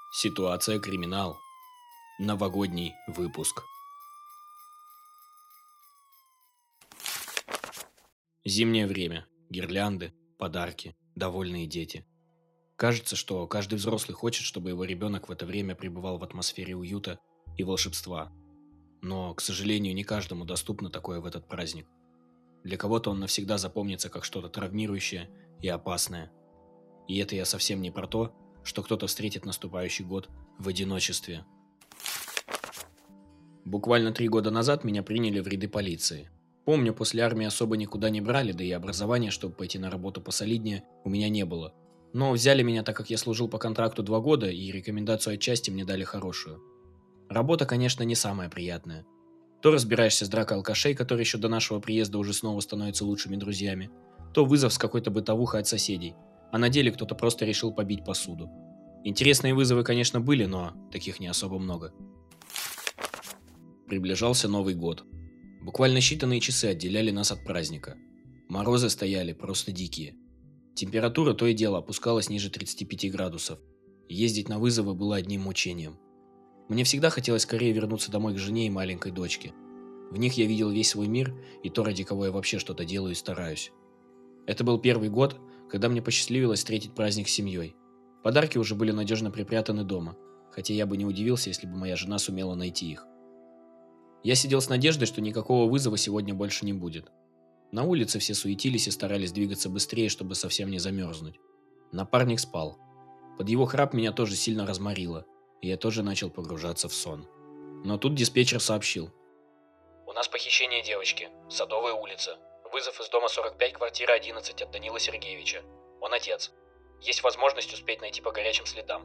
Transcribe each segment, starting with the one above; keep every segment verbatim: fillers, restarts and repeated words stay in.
Ситуация криминал. Новогодний выпуск. Зимнее время. Гирлянды, подарки, довольные дети. Кажется, что каждый взрослый хочет, чтобы его ребенок в это время пребывал в атмосфере уюта и волшебства. Но, к сожалению, не каждому доступно такое в этот праздник. Для кого-то он навсегда запомнится как что-то травмирующее и опасное. И это я совсем не про то, что кто-то встретит наступающий год в одиночестве. Буквально три года назад меня приняли в ряды полиции. Помню, после армии особо никуда не брали, да и образования, чтобы пойти на работу посолиднее, у меня не было. Но взяли меня, так как я служил по контракту два года, и рекомендацию от части мне дали хорошую. Работа, конечно, не самая приятная. То разбираешься с дракой алкашей, которые еще до нашего приезда уже снова становятся лучшими друзьями, то вызов с какой-то бытовухой от соседей, а на деле кто-то просто решил побить посуду. Интересные вызовы, конечно, были, но таких не особо много. Приближался Новый год. Буквально считанные часы отделяли нас от праздника. Морозы стояли просто дикие. Температура то и дело опускалась ниже тридцати пяти градусов. Ездить на вызовы было одним мучением. Мне всегда хотелось скорее вернуться домой к жене и маленькой дочке. В них я видел весь свой мир и то, ради кого я вообще что-то делаю и стараюсь. Это был первый год, когда мне посчастливилось встретить праздник с семьей. Подарки уже были надежно припрятаны дома, хотя я бы не удивился, если бы моя жена сумела найти их. Я сидел с надеждой, что никакого вызова сегодня больше не будет. На улице все суетились и старались двигаться быстрее, чтобы совсем не замерзнуть. Напарник спал. Под его храп меня тоже сильно разморило, и я тоже начал погружаться в сон. Но тут диспетчер сообщил. У нас похищение девочки. Садовая улица. Вызов из дома сорок пять, квартира одиннадцать от Данила Сергеевича. Он отец. Есть возможность успеть найти по горячим следам.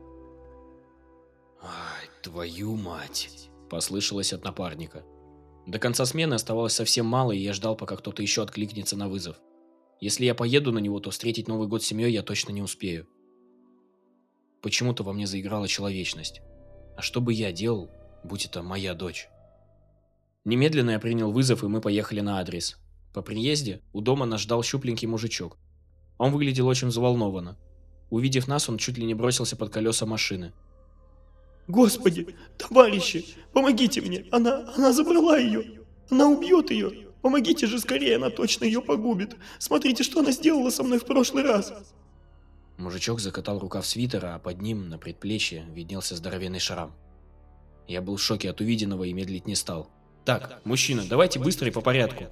«Ай, твою мать!» – послышалось от напарника. До конца смены оставалось совсем мало, и я ждал, пока кто-то еще откликнется на вызов. Если я поеду на него, то встретить Новый год с семьей я точно не успею. Почему-то во мне заиграла человечность. А что бы я делал, будь это моя дочь? Немедленно я принял вызов, и мы поехали на адрес. По приезде у дома нас ждал щупленький мужичок. Он выглядел очень взволнованно. Увидев нас, он чуть ли не бросился под колеса машины. Господи, товарищи, помогите мне, она, она забрала ее, она убьет ее, помогите же скорее, она точно ее погубит, смотрите, что она сделала со мной в прошлый раз. Мужичок закатал рукав свитера, а под ним, на предплечье, виднелся здоровенный шрам. Я был в шоке от увиденного и медлить не стал. Так, мужчина, давайте быстро и по порядку.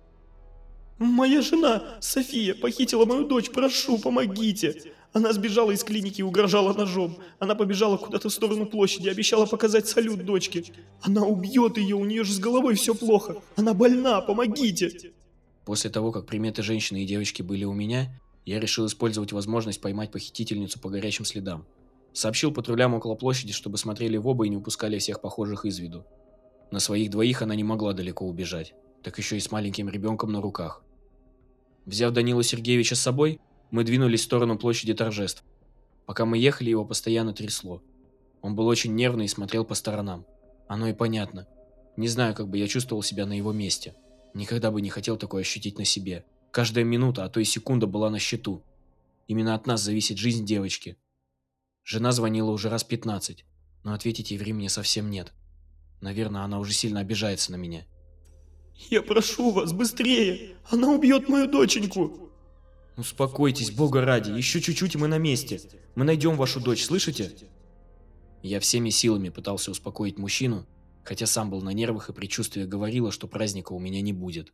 Моя жена, София, похитила мою дочь, прошу, помогите. Она сбежала из клиники и угрожала ножом. Она побежала куда-то в сторону площади, обещала показать салют дочке. Она убьет ее, у нее же с головой все плохо. Она больна, помогите. После того, как приметы женщины и девочки были у меня, я решил использовать возможность поймать похитительницу по горячим следам. Сообщил патрулям около площади, чтобы смотрели в оба и не упускали всех похожих из виду. На своих двоих она не могла далеко убежать, так еще и с маленьким ребенком на руках. Взяв Данила Сергеевича с собой, мы двинулись в сторону площади торжеств. Пока мы ехали, его постоянно трясло. Он был очень нервный и смотрел по сторонам. Оно и понятно. Не знаю, как бы я чувствовал себя на его месте. Никогда бы не хотел такое ощутить на себе. Каждая минута, а то и секунда была на счету. Именно от нас зависит жизнь девочки. Жена звонила уже раз пятнадцать, но ответить ей времени совсем нет. Наверное, она уже сильно обижается на меня. Я прошу вас, быстрее, она убьет мою доченьку. Успокойтесь, бога ради, еще чуть-чуть и мы на месте. Мы найдем вашу дочь, слышите? Я всеми силами пытался успокоить мужчину, хотя сам был на нервах и предчувствие говорило, что праздника у меня не будет.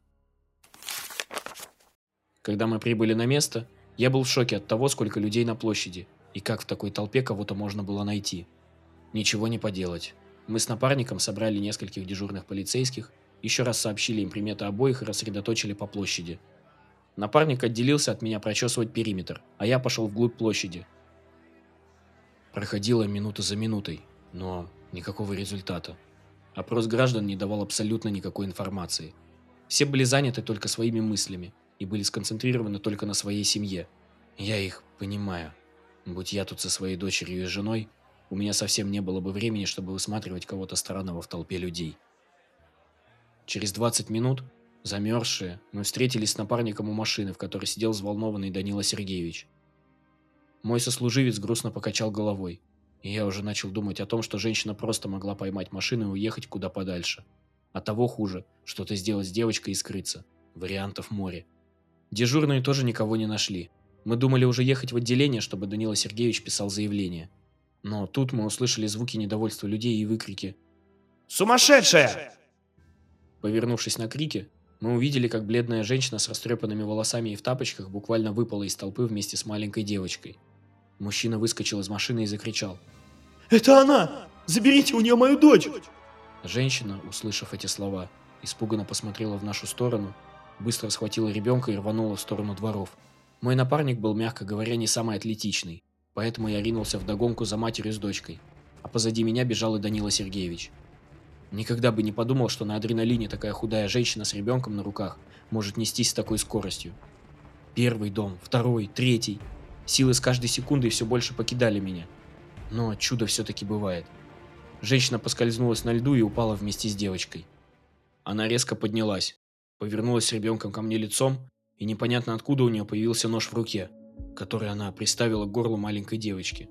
Когда мы прибыли на место, я был в шоке от того, сколько людей на площади, и как в такой толпе кого-то можно было найти. Ничего не поделать. Мы с напарником собрали нескольких дежурных полицейских, еще раз сообщили им приметы обоих и рассредоточили по площади. Напарник отделился от меня прочесывать периметр, а я пошел вглубь площади. Проходила минута за минутой, но никакого результата. Опрос граждан не давал абсолютно никакой информации. Все были заняты только своими мыслями и были сконцентрированы только на своей семье. Я их понимаю. Будь я тут со своей дочерью и женой, у меня совсем не было бы времени, чтобы высматривать кого-то странного в толпе людей. Через двадцать минут, замерзшие, мы встретились с напарником у машины, в которой сидел взволнованный Данила Сергеевич. Мой сослуживец грустно покачал головой. И я уже начал думать о том, что женщина просто могла поймать машину и уехать куда подальше. А того хуже, что-то сделать с девочкой и скрыться. Вариантов море. Дежурные тоже никого не нашли. Мы думали уже ехать в отделение, чтобы Данила Сергеевич писал заявление. Но тут мы услышали звуки недовольства людей и выкрики: «Сумасшедшая!» Повернувшись на крики, мы увидели, как бледная женщина с растрепанными волосами и в тапочках буквально выпала из толпы вместе с маленькой девочкой. Мужчина выскочил из машины и закричал: «Это она! Заберите у нее мою дочь!» Женщина, услышав эти слова, испуганно посмотрела в нашу сторону, быстро схватила ребенка и рванула в сторону дворов. Мой напарник был, мягко говоря, не самый атлетичный, поэтому я ринулся вдогонку за матерью с дочкой, а позади меня бежал и Данила Сергеевич. Никогда бы не подумал, что на адреналине такая худая женщина с ребенком на руках может нестись с такой скоростью. Первый дом, второй, третий. Силы с каждой секундой все больше покидали меня. Но чудо все-таки бывает. Женщина поскользнулась на льду и упала вместе с девочкой. Она резко поднялась, повернулась с ребенком ко мне лицом, и непонятно откуда у нее появился нож в руке, который она приставила к горлу маленькой девочки.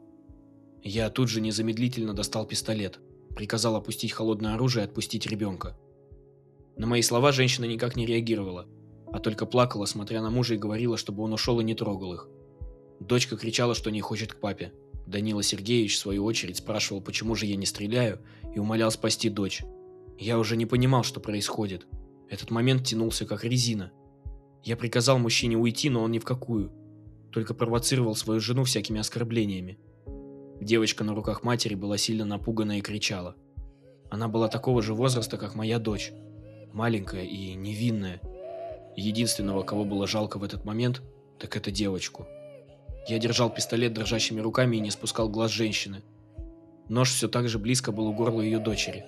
Я тут же незамедлительно достал пистолет, приказал опустить холодное оружие и отпустить ребенка. На мои слова женщина никак не реагировала, а только плакала, смотря на мужа, и говорила, чтобы он ушел и не трогал их. Дочка кричала, что не хочет к папе. Данила Сергеевич, в свою очередь, спрашивал, почему же я не стреляю, и умолял спасти дочь. Я уже не понимал, что происходит. Этот момент тянулся как резина. Я приказал мужчине уйти, но он ни в какую. Только провоцировал свою жену всякими оскорблениями. Девочка на руках матери была сильно напугана и кричала. Она была такого же возраста, как моя дочь. Маленькая и невинная. Единственного, кого было жалко в этот момент, так это девочку. Я держал пистолет дрожащими руками и не спускал глаз женщины. Нож все так же близко был у горла ее дочери.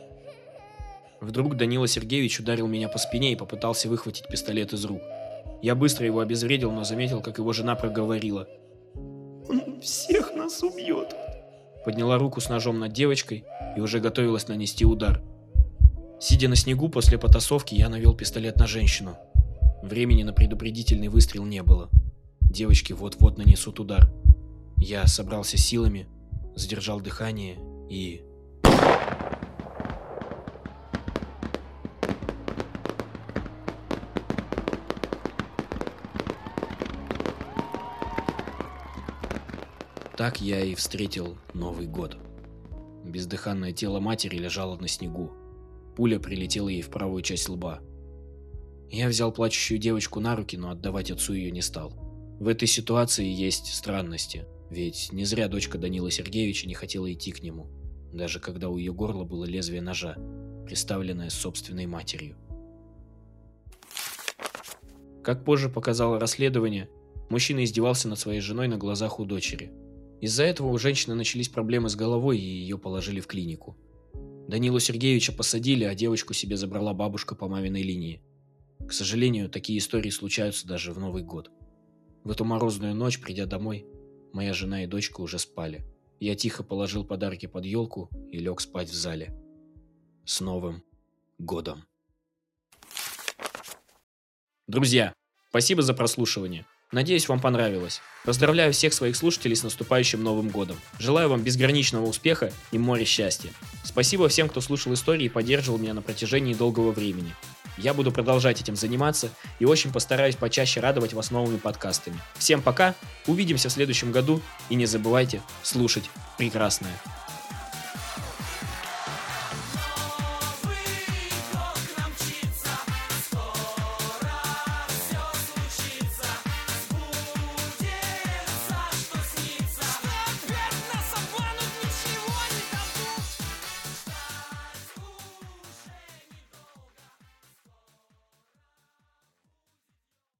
Вдруг Данила Сергеевич ударил меня по спине и попытался выхватить пистолет из рук. Я быстро его обезвредил, но заметил, как его жена проговорила: «Он всех нас убьет!» Подняла руку с ножом над девочкой и уже готовилась нанести удар. Сидя на снегу после потасовки, я навел пистолет на женщину. Времени на предупредительный выстрел не было. Девочки вот-вот нанесут удар. Я собрался силами, задержал дыхание и... Так я и встретил Новый год. Бездыханное тело матери лежало на снегу. Пуля прилетела ей в правую часть лба. Я взял плачущую девочку на руки, но отдавать отцу ее не стал. В этой ситуации есть странности, ведь не зря дочка Данила Сергеевича не хотела идти к нему, даже когда у ее горла было лезвие ножа, приставленное собственной матерью. Как позже показало расследование, мужчина издевался над своей женой на глазах у дочери. Из-за этого у женщины начались проблемы с головой, и ее положили в клинику. Данилу Сергеевича посадили, а девочку себе забрала бабушка по маминой линии. К сожалению, такие истории случаются даже в Новый год. В эту морозную ночь, придя домой, моя жена и дочка уже спали. Я тихо положил подарки под елку и лег спать в зале. С Новым годом! Друзья, спасибо за прослушивание. Надеюсь, вам понравилось. Поздравляю всех своих слушателей с наступающим Новым годом. Желаю вам безграничного успеха и море счастья. Спасибо всем, кто слушал истории и поддерживал меня на протяжении долгого времени. Я буду продолжать этим заниматься и очень постараюсь почаще радовать вас новыми подкастами. Всем пока, увидимся в следующем году и не забывайте слушать прекрасное.